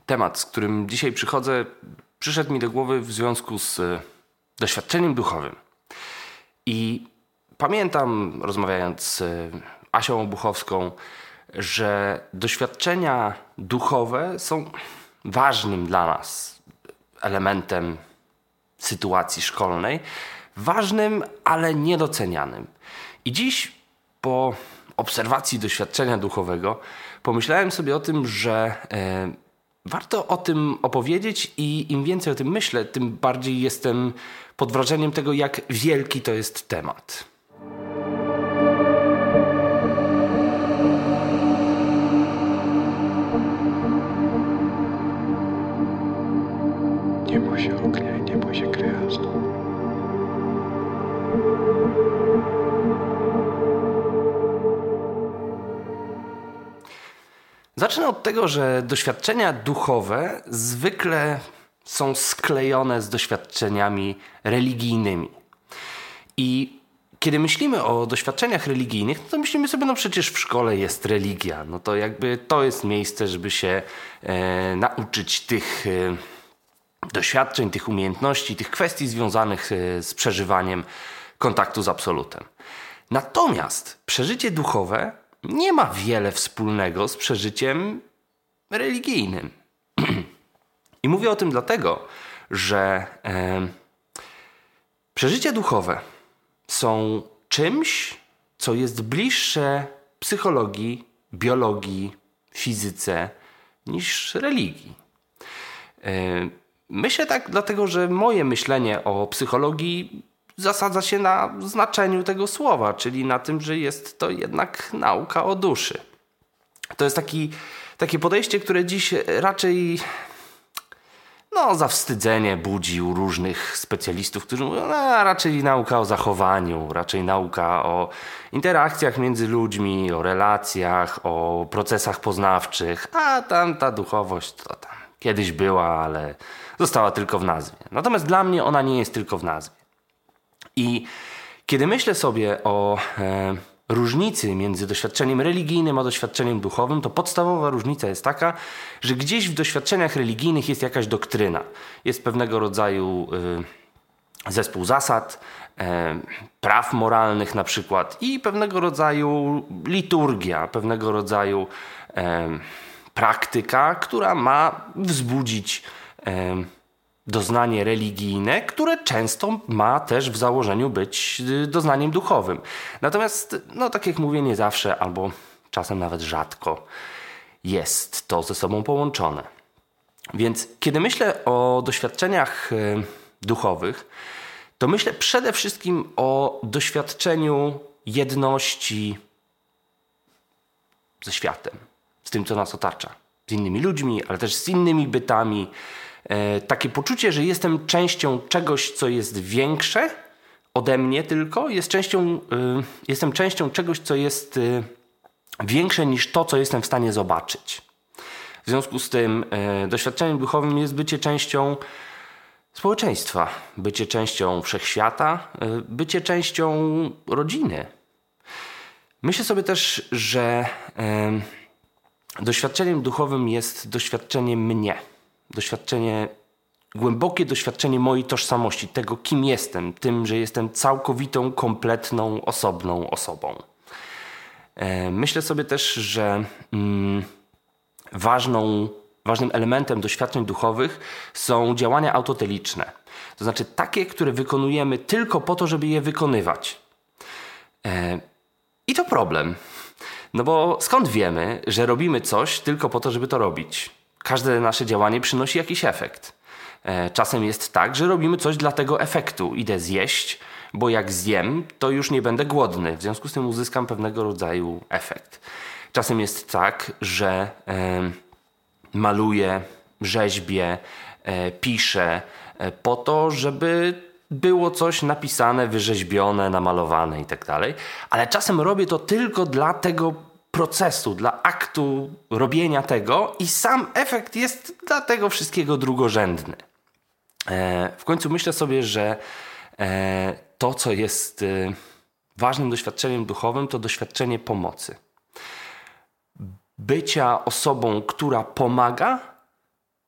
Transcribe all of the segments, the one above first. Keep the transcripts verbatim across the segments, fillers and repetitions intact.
temat, z którym dzisiaj przychodzę, przyszedł mi do głowy w związku z doświadczeniem duchowym. I pamiętam, rozmawiając z Asią Obuchowską, że doświadczenia duchowe są ważnym dla nas elementem sytuacji szkolnej, ważnym, ale niedocenianym. I dziś po obserwacji doświadczenia duchowego pomyślałem sobie o tym, że e, warto o tym opowiedzieć i im więcej o tym myślę, tym bardziej jestem pod wrażeniem tego, jak wielki to jest temat. Nie bój się ognia i nie bój się gwiazd. Zacznę od tego, że doświadczenia duchowe zwykle są sklejone z doświadczeniami religijnymi. I kiedy myślimy o doświadczeniach religijnych, no to myślimy sobie, no przecież w szkole jest religia. No to jakby to jest miejsce, żeby się e, nauczyć tych e, doświadczeń, tych umiejętności, tych kwestii związanych e, z przeżywaniem kontaktu z absolutem. Natomiast przeżycie duchowe nie ma wiele wspólnego z przeżyciem religijnym. I mówię o tym dlatego, że e, przeżycia duchowe są czymś, co jest bliższe psychologii, biologii, fizyce niż religii. E, myślę tak dlatego, że moje myślenie o psychologii zasadza się na znaczeniu tego słowa, czyli na tym, że jest to jednak nauka o duszy. To jest taki, takie podejście, które dziś raczej no, zawstydzenie budzi u różnych specjalistów, którzy mówią, no, raczej nauka o zachowaniu, raczej nauka o interakcjach między ludźmi, o relacjach, o procesach poznawczych, a tam ta duchowość to tam kiedyś była, ale została tylko w nazwie. Natomiast dla mnie ona nie jest tylko w nazwie. I kiedy myślę sobie o e, różnicy między doświadczeniem religijnym a doświadczeniem duchowym, to podstawowa różnica jest taka, że gdzieś w doświadczeniach religijnych jest jakaś doktryna. Jest pewnego rodzaju e, zespół zasad, e, praw moralnych na przykład i pewnego rodzaju liturgia, pewnego rodzaju e, praktyka, która ma wzbudzić e, doznanie religijne, które często ma też w założeniu być doznaniem duchowym. Natomiast, no tak jak mówię, nie zawsze albo czasem nawet rzadko jest to ze sobą połączone. Więc kiedy myślę o doświadczeniach duchowych, to myślę przede wszystkim o doświadczeniu jedności ze światem, z tym, co nas otacza, z innymi ludźmi, ale też z innymi bytami. Takie poczucie, że jestem częścią czegoś, co jest większe ode mnie tylko, jest częścią, jestem częścią czegoś, co jest większe niż to, co jestem w stanie zobaczyć. W związku z tym doświadczeniem duchowym jest bycie częścią społeczeństwa, bycie częścią wszechświata, bycie częścią rodziny. Myślę sobie też, że doświadczeniem duchowym jest doświadczenie mnie. Doświadczenie, głębokie doświadczenie mojej tożsamości, tego kim jestem, tym, że jestem całkowitą, kompletną, osobną osobą. Myślę sobie też, że mm, ważną, ważnym elementem doświadczeń duchowych są działania autoteliczne. To znaczy takie, które wykonujemy tylko po to, żeby je wykonywać. I to problem. No bo skąd wiemy, że robimy coś tylko po to, żeby to robić? Każde nasze działanie przynosi jakiś efekt. Czasem jest tak, że robimy coś dla tego efektu. Idę zjeść, bo jak zjem, to już nie będę głodny. W związku z tym uzyskam pewnego rodzaju efekt. Czasem jest tak, że e, maluję, rzeźbię, e, piszę e, po to, żeby było coś napisane, wyrzeźbione, namalowane i tak dalej. Ale czasem robię to tylko dla tego procesu, dla aktu robienia tego i sam efekt jest dla tego wszystkiego drugorzędny. E, w końcu myślę sobie, że e, to, co jest e, ważnym doświadczeniem duchowym, to doświadczenie pomocy. Bycia osobą, która pomaga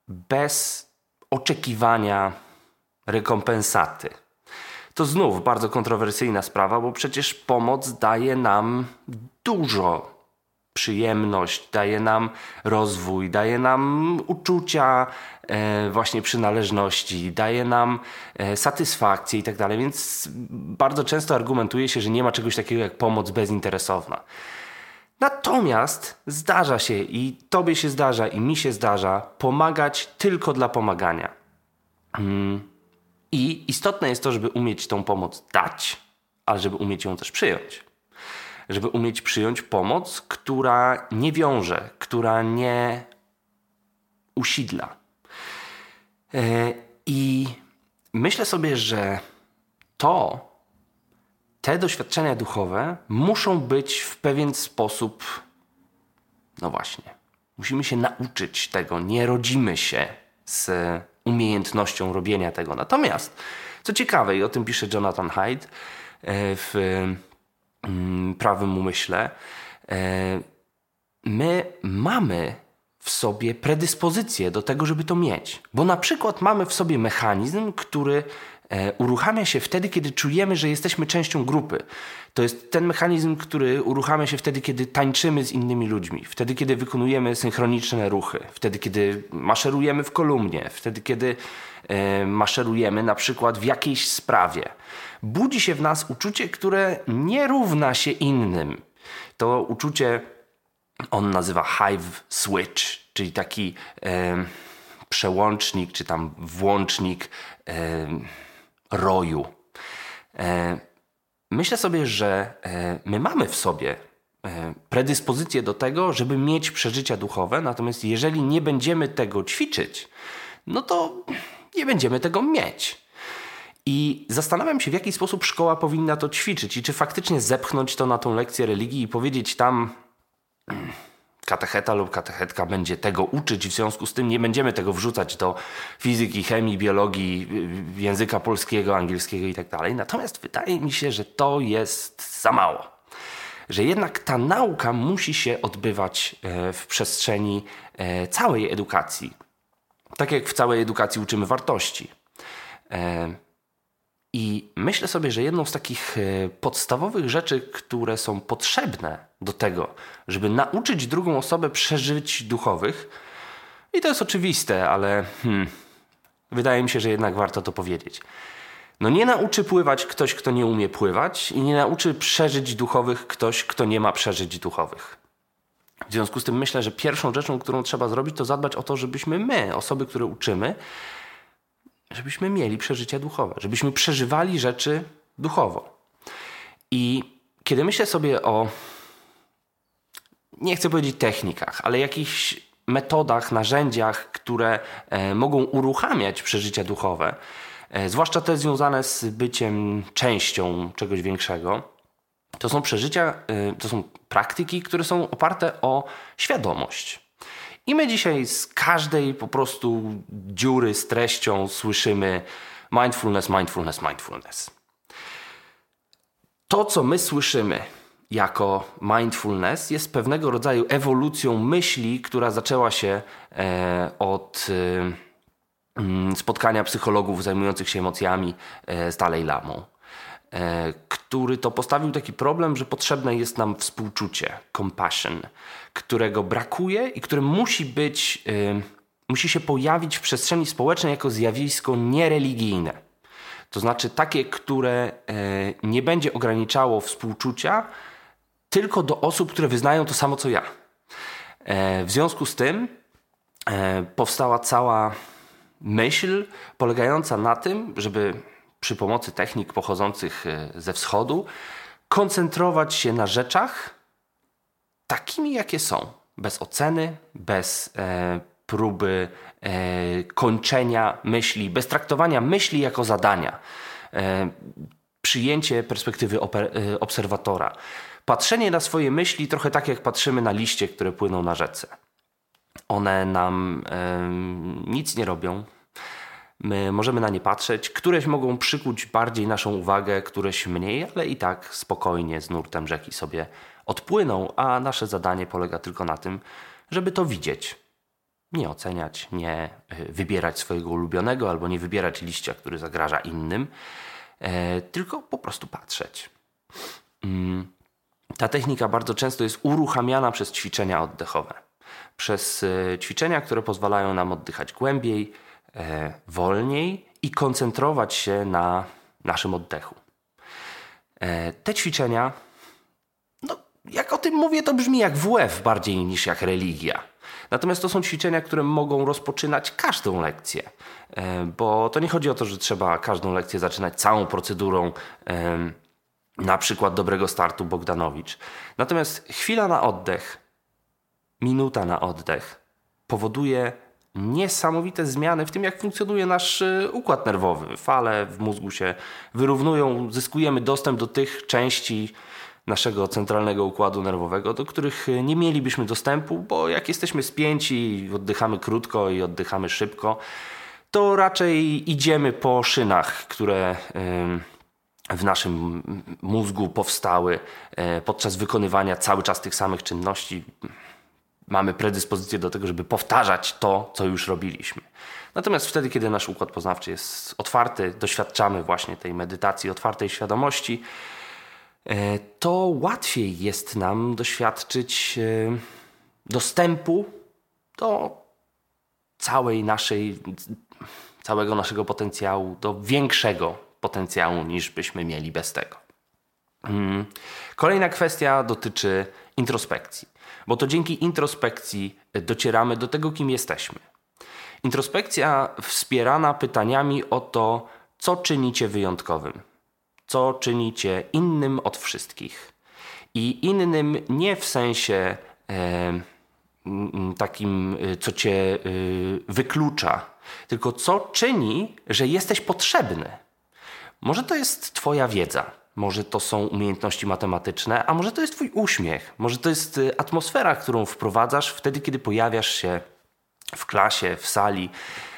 bez oczekiwania rekompensaty. To znów bardzo kontrowersyjna sprawa, bo przecież pomoc daje nam dużo. Przyjemność, daje nam rozwój, daje nam uczucia e, właśnie przynależności, daje nam e, satysfakcję i tak dalej. Więc bardzo często argumentuje się, że nie ma czegoś takiego jak pomoc bezinteresowna. Natomiast zdarza się i tobie się zdarza i mi się zdarza pomagać tylko dla pomagania. Hmm. I istotne jest to, żeby umieć tą pomoc dać, ale żeby umieć ją też przyjąć. Żeby umieć przyjąć pomoc, która nie wiąże, która nie usidla. I myślę sobie, że to, te doświadczenia duchowe muszą być w pewien sposób, no właśnie, musimy się nauczyć tego, nie rodzimy się z umiejętnością robienia tego. Natomiast, co ciekawe, i o tym pisze Jonathan Haidt w Prawym umyśle, my mamy w sobie predyspozycję do tego, żeby to mieć. Bo na przykład mamy w sobie mechanizm, który uruchamia się wtedy, kiedy czujemy, że jesteśmy częścią grupy. To jest ten mechanizm, który uruchamia się wtedy, kiedy tańczymy z innymi ludźmi, wtedy, kiedy wykonujemy synchroniczne ruchy, wtedy, kiedy maszerujemy w kolumnie, wtedy, kiedy e, maszerujemy na przykład w jakiejś sprawie. Budzi się w nas uczucie, które nie równa się innym. To uczucie on nazywa hive switch, czyli taki e, przełącznik, czy tam włącznik e, roju. E, myślę sobie, że e, my mamy w sobie e, predyspozycję do tego, żeby mieć przeżycia duchowe, natomiast jeżeli nie będziemy tego ćwiczyć, no to nie będziemy tego mieć. I zastanawiam się, w jaki sposób szkoła powinna to ćwiczyć i czy faktycznie zepchnąć to na tą lekcję religii i powiedzieć tam katecheta lub katechetka będzie tego uczyć, w związku z tym nie będziemy tego wrzucać do fizyki, chemii, biologii, języka polskiego, angielskiego i tak dalej. Natomiast wydaje mi się, że to jest za mało. Że jednak ta nauka musi się odbywać w przestrzeni całej edukacji. Tak jak w całej edukacji uczymy wartości. I myślę sobie, że jedną z takich podstawowych rzeczy, które są potrzebne do tego, żeby nauczyć drugą osobę przeżyć duchowych, i to jest oczywiste, ale hmm, wydaje mi się, że jednak warto to powiedzieć. No nie nauczy pływać ktoś, kto nie umie pływać i nie nauczy przeżyć duchowych ktoś, kto nie ma przeżyć duchowych. W związku z tym myślę, że pierwszą rzeczą, którą trzeba zrobić, to zadbać o to, żebyśmy my, osoby, które uczymy, żebyśmy mieli przeżycia duchowe, żebyśmy przeżywali rzeczy duchowo. I kiedy myślę sobie o, nie chcę powiedzieć technikach, ale jakichś metodach, narzędziach, które e, mogą uruchamiać przeżycia duchowe, e, zwłaszcza te związane z byciem częścią czegoś większego, to są przeżycia, e, to są praktyki, które są oparte o świadomość. I my dzisiaj z każdej po prostu dziury z treścią słyszymy mindfulness, mindfulness, mindfulness. To, co my słyszymy jako mindfulness, jest pewnego rodzaju ewolucją myśli, która zaczęła się e, od e, spotkania psychologów zajmujących się emocjami e, z Dalai Lamą, e, który to postawił taki problem, że potrzebne jest nam współczucie, compassion, którego brakuje i które musi być, y, musi się pojawić w przestrzeni społecznej jako zjawisko niereligijne. To znaczy takie, które y, nie będzie ograniczało współczucia tylko do osób, które wyznają to samo co ja. E, w związku z tym e, powstała cała myśl polegająca na tym, żeby przy pomocy technik pochodzących ze wschodu koncentrować się na rzeczach takimi, jakie są. Bez oceny, bez e, próby e, kończenia myśli, bez traktowania myśli jako zadania. E, przyjęcie perspektywy oper, e, obserwatora. Patrzenie na swoje myśli trochę tak, jak patrzymy na liście, które płyną na rzece. One nam e, nic nie robią. My możemy na nie patrzeć. Któreś mogą przykuć bardziej naszą uwagę, któreś mniej, ale i tak spokojnie z nurtem rzeki sobie odpłyną, a nasze zadanie polega tylko na tym, żeby to widzieć. Nie oceniać, nie wybierać swojego ulubionego albo nie wybierać liścia, który zagraża innym, e, tylko po prostu patrzeć. Mm. Ta technika bardzo często jest uruchamiana przez ćwiczenia oddechowe. Przez e, ćwiczenia, które pozwalają nam oddychać głębiej, e, wolniej i koncentrować się na naszym oddechu. E, te ćwiczenia, no, jak o tym mówię, to brzmi jak W F bardziej niż jak religia. Natomiast to są ćwiczenia, które mogą rozpoczynać każdą lekcję. E, bo to nie chodzi o to, że trzeba każdą lekcję zaczynać całą procedurą e, na przykład dobrego startu Bogdanowicz. Natomiast chwila na oddech, minuta na oddech powoduje niesamowite zmiany w tym, jak funkcjonuje nasz układ nerwowy. Fale w mózgu się wyrównują, zyskujemy dostęp do tych części naszego centralnego układu nerwowego, do których nie mielibyśmy dostępu, bo jak jesteśmy spięci, oddychamy krótko i oddychamy szybko, to raczej idziemy po szynach, które w naszym mózgu powstały podczas wykonywania cały czas tych samych czynności. Mamy predyspozycję do tego, żeby powtarzać to, co już robiliśmy. Natomiast wtedy, kiedy nasz układ poznawczy jest otwarty, doświadczamy właśnie tej medytacji, otwartej świadomości, to łatwiej jest nam doświadczyć dostępu do całej naszej, całego naszego potencjału, do większego potencjału niż byśmy mieli bez tego. Kolejna kwestia dotyczy introspekcji, bo to dzięki introspekcji docieramy do tego, kim jesteśmy. Introspekcja wspierana pytaniami o to, co czyni cię wyjątkowym, co czyni cię innym od wszystkich. I innym nie w sensie e, takim, co cię e, wyklucza, tylko co czyni, że jesteś potrzebny. Może to jest twoja wiedza, może to są umiejętności matematyczne, a może to jest twój uśmiech, może to jest atmosfera, którą wprowadzasz wtedy, kiedy pojawiasz się w klasie, w sali,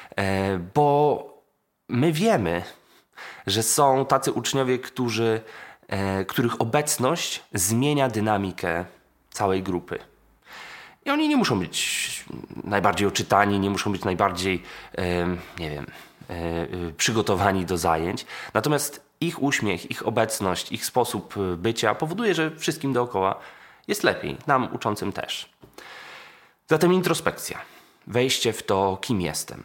bo my wiemy, że są tacy uczniowie, którzy, których obecność zmienia dynamikę całej grupy. I oni nie muszą być najbardziej oczytani, nie muszą być najbardziej, nie wiem, przygotowani do zajęć. Natomiast ich uśmiech, ich obecność, ich sposób bycia powoduje, że wszystkim dookoła jest lepiej. Nam uczącym też. Zatem introspekcja. Wejście w to, kim jestem.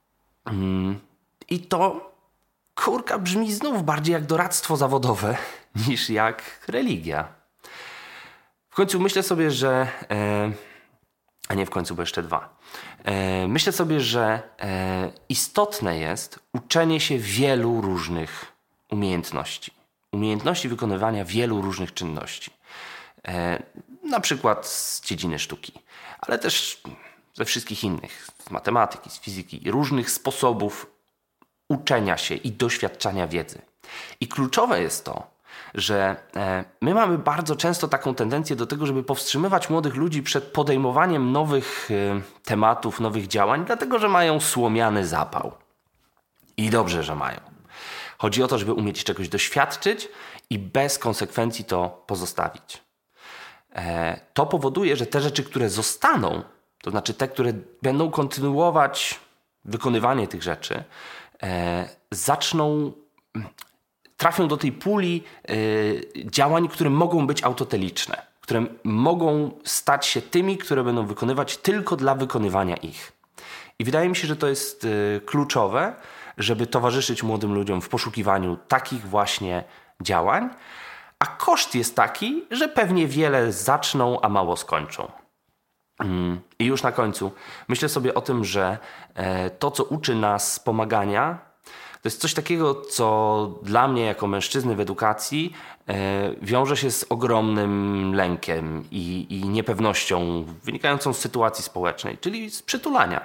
I to, kurka, brzmi znów bardziej jak doradztwo zawodowe niż jak religia. W końcu myślę sobie, że... A nie w końcu, bo jeszcze dwa. Myślę sobie, że istotne jest uczenie się wielu różnych umiejętności. Umiejętności wykonywania wielu różnych czynności. Na przykład z dziedziny sztuki, ale też ze wszystkich innych, z matematyki, z fizyki, różnych sposobów uczenia się i doświadczania wiedzy. I kluczowe jest to, że my mamy bardzo często taką tendencję do tego, żeby powstrzymywać młodych ludzi przed podejmowaniem nowych tematów, nowych działań, dlatego że mają słomiany zapał. I dobrze, że mają. Chodzi o to, żeby umieć czegoś doświadczyć i bez konsekwencji to pozostawić. To powoduje, że te rzeczy, które zostaną, to znaczy te, które będą kontynuować wykonywanie tych rzeczy, zaczną... trafią do tej puli y, działań, które mogą być autoteliczne, które mogą stać się tymi, które będą wykonywać tylko dla wykonywania ich. I wydaje mi się, że to jest y, kluczowe, żeby towarzyszyć młodym ludziom w poszukiwaniu takich właśnie działań, a koszt jest taki, że pewnie wiele zaczną, a mało skończą. Mm. I już na końcu myślę sobie o tym, że e, to, co uczy nas pomagania, to jest coś takiego, co dla mnie jako mężczyzny w edukacji e, wiąże się z ogromnym lękiem i, i niepewnością wynikającą z sytuacji społecznej, czyli z przytulania.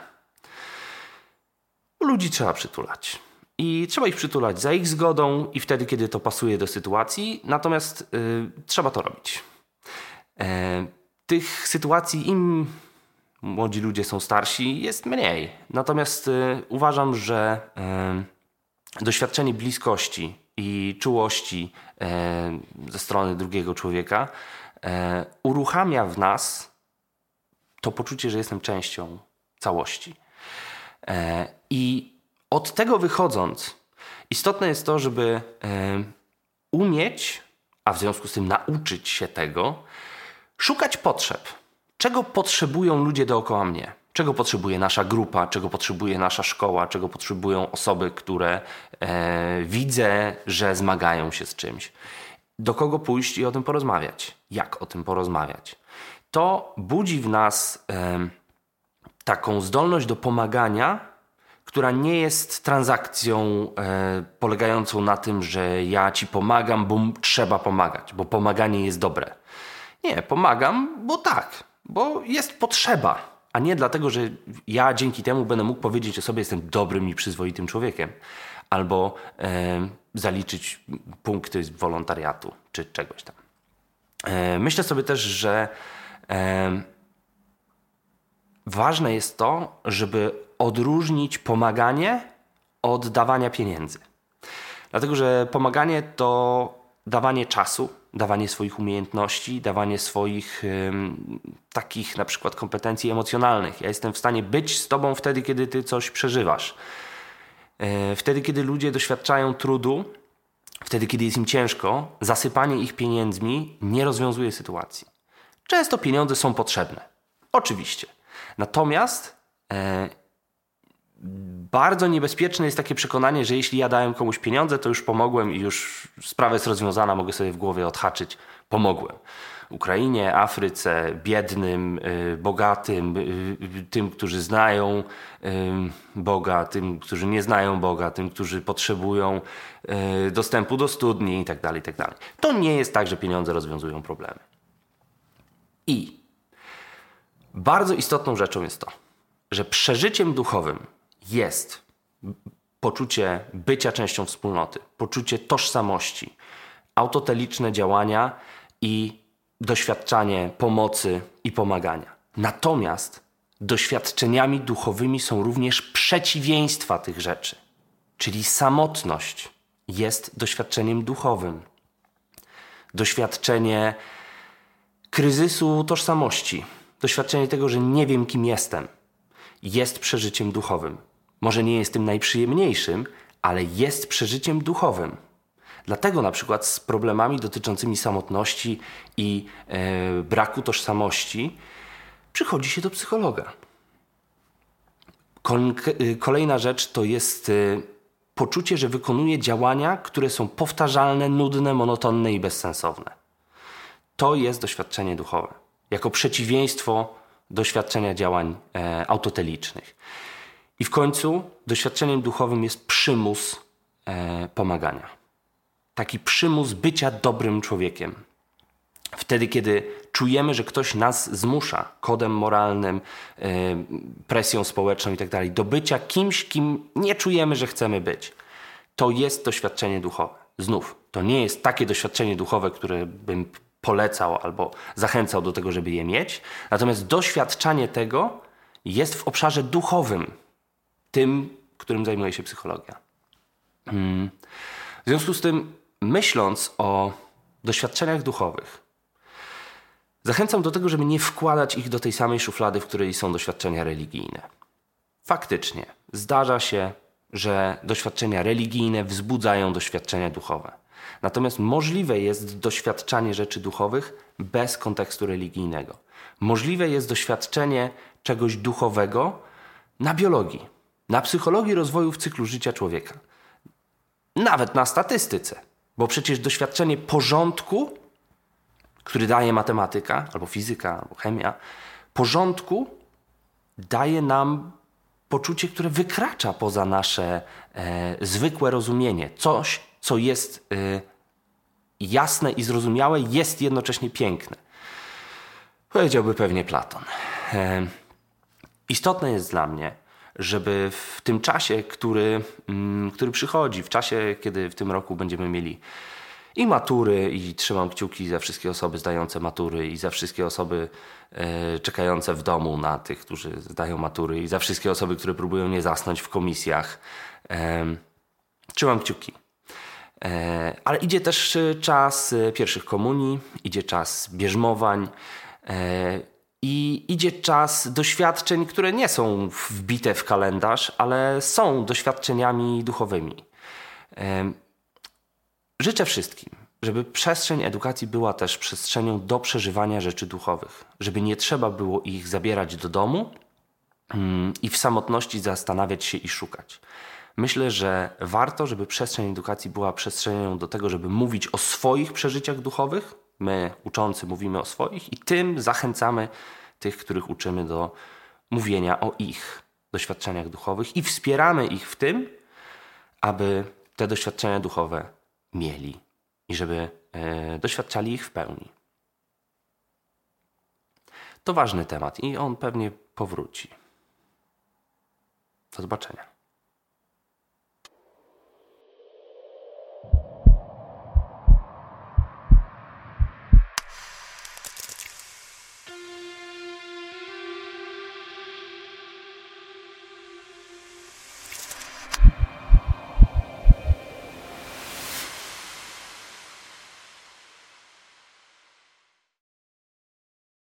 Ludzi trzeba przytulać. I trzeba ich przytulać za ich zgodą i wtedy, kiedy to pasuje do sytuacji, natomiast y, trzeba to robić. E, tych sytuacji im młodzi ludzie są starsi, jest mniej. Natomiast y, uważam, że y, doświadczenie bliskości i czułości e, ze strony drugiego człowieka e, uruchamia w nas to poczucie, że jestem częścią całości. E, I od tego wychodząc, istotne jest to, żeby e, umieć, a w związku z tym nauczyć się tego, szukać potrzeb. Czego potrzebują ludzie dookoła mnie? Czego potrzebuje nasza grupa? Czego potrzebuje nasza szkoła? Czego potrzebują osoby, które e, widzę, że zmagają się z czymś? Do kogo pójść i o tym porozmawiać? Jak o tym porozmawiać? To budzi w nas e, taką zdolność do pomagania, która nie jest transakcją e, polegającą na tym, że ja ci pomagam, bo trzeba pomagać, bo pomaganie jest dobre. Nie, pomagam, bo tak, bo jest potrzeba, a nie dlatego, że ja dzięki temu będę mógł powiedzieć o sobie, jestem dobrym i przyzwoitym człowiekiem, albo e, zaliczyć punkty z wolontariatu, czy czegoś tam. E, myślę sobie też, że e, ważne jest to, żeby odróżnić pomaganie od dawania pieniędzy. Dlatego, że pomaganie to dawanie czasu, dawanie swoich umiejętności, dawanie swoich ym, takich na przykład kompetencji emocjonalnych. Ja jestem w stanie być z tobą wtedy, kiedy ty coś przeżywasz. Yy, wtedy, kiedy ludzie doświadczają trudu, wtedy, kiedy jest im ciężko, zasypanie ich pieniędzmi nie rozwiązuje sytuacji. Często pieniądze są potrzebne. Oczywiście. Natomiast yy, bardzo niebezpieczne jest takie przekonanie, że jeśli ja dałem komuś pieniądze, to już pomogłem i już sprawa jest rozwiązana, mogę sobie w głowie odhaczyć, pomogłem. Ukrainie, Afryce, biednym, y, bogatym, y, tym, którzy znają y, Boga, tym, którzy nie znają Boga, tym, którzy potrzebują y, dostępu do studni itd., itd. To nie jest tak, że pieniądze rozwiązują problemy. I bardzo istotną rzeczą jest to, że przeżyciem duchowym jest poczucie bycia częścią wspólnoty, poczucie tożsamości, autoteliczne działania i doświadczanie pomocy i pomagania. Natomiast doświadczeniami duchowymi są również przeciwieństwa tych rzeczy, czyli samotność jest doświadczeniem duchowym. Doświadczenie kryzysu tożsamości, doświadczenie tego, że nie wiem, kim jestem, jest przeżyciem duchowym. Może nie jest tym najprzyjemniejszym, ale jest przeżyciem duchowym. Dlatego na przykład z problemami dotyczącymi samotności i e, braku tożsamości przychodzi się do psychologa. Kolejna rzecz to jest e, poczucie, że wykonuje działania, które są powtarzalne, nudne, monotonne i bezsensowne. To jest doświadczenie duchowe. Jako przeciwieństwo doświadczenia działań e, autotelicznych. I w końcu doświadczeniem duchowym jest przymus e, pomagania. Taki przymus bycia dobrym człowiekiem. Wtedy, kiedy czujemy, że ktoś nas zmusza kodem moralnym, e, presją społeczną i tak dalej, do bycia kimś, kim nie czujemy, że chcemy być. To jest doświadczenie duchowe. Znów, to nie jest takie doświadczenie duchowe, które bym polecał albo zachęcał do tego, żeby je mieć. Natomiast doświadczanie tego jest w obszarze duchowym, tym, którym zajmuje się psychologia. Hmm. W związku z tym, myśląc o doświadczeniach duchowych, zachęcam do tego, żeby nie wkładać ich do tej samej szuflady, w której są doświadczenia religijne. Faktycznie, zdarza się, że doświadczenia religijne wzbudzają doświadczenia duchowe. Natomiast możliwe jest doświadczanie rzeczy duchowych bez kontekstu religijnego. Możliwe jest doświadczenie czegoś duchowego na biologii, na psychologii rozwoju w cyklu życia człowieka. Nawet na statystyce, bo przecież doświadczenie porządku, który daje matematyka, albo fizyka, albo chemia, porządku daje nam poczucie, które wykracza poza nasze e, zwykłe rozumienie. Coś, co jest e, jasne i zrozumiałe, jest jednocześnie piękne. Powiedziałby pewnie Platon. E, istotne jest dla mnie, żeby w tym czasie, który, mm, który przychodzi, w czasie, kiedy w tym roku będziemy mieli i matury, i trzymam kciuki za wszystkie osoby zdające matury i za wszystkie osoby e, czekające w domu na tych, którzy zdają matury i za wszystkie osoby, które próbują nie zasnąć w komisjach. E, trzymam kciuki. E, ale idzie też czas pierwszych komunii, idzie czas bierzmowań. E, I idzie czas doświadczeń, które nie są wbite w kalendarz, ale są doświadczeniami duchowymi. Życzę wszystkim, żeby przestrzeń edukacji była też przestrzenią do przeżywania rzeczy duchowych. Żeby nie trzeba było ich zabierać do domu i w samotności zastanawiać się i szukać. Myślę, że warto, żeby przestrzeń edukacji była przestrzenią do tego, żeby mówić o swoich przeżyciach duchowych. My, uczący, mówimy o swoich i tym zachęcamy tych, których uczymy, do mówienia o ich doświadczeniach duchowych i wspieramy ich w tym, aby te doświadczenia duchowe mieli i żeby e, doświadczali ich w pełni. To ważny temat i on pewnie powróci. Do zobaczenia.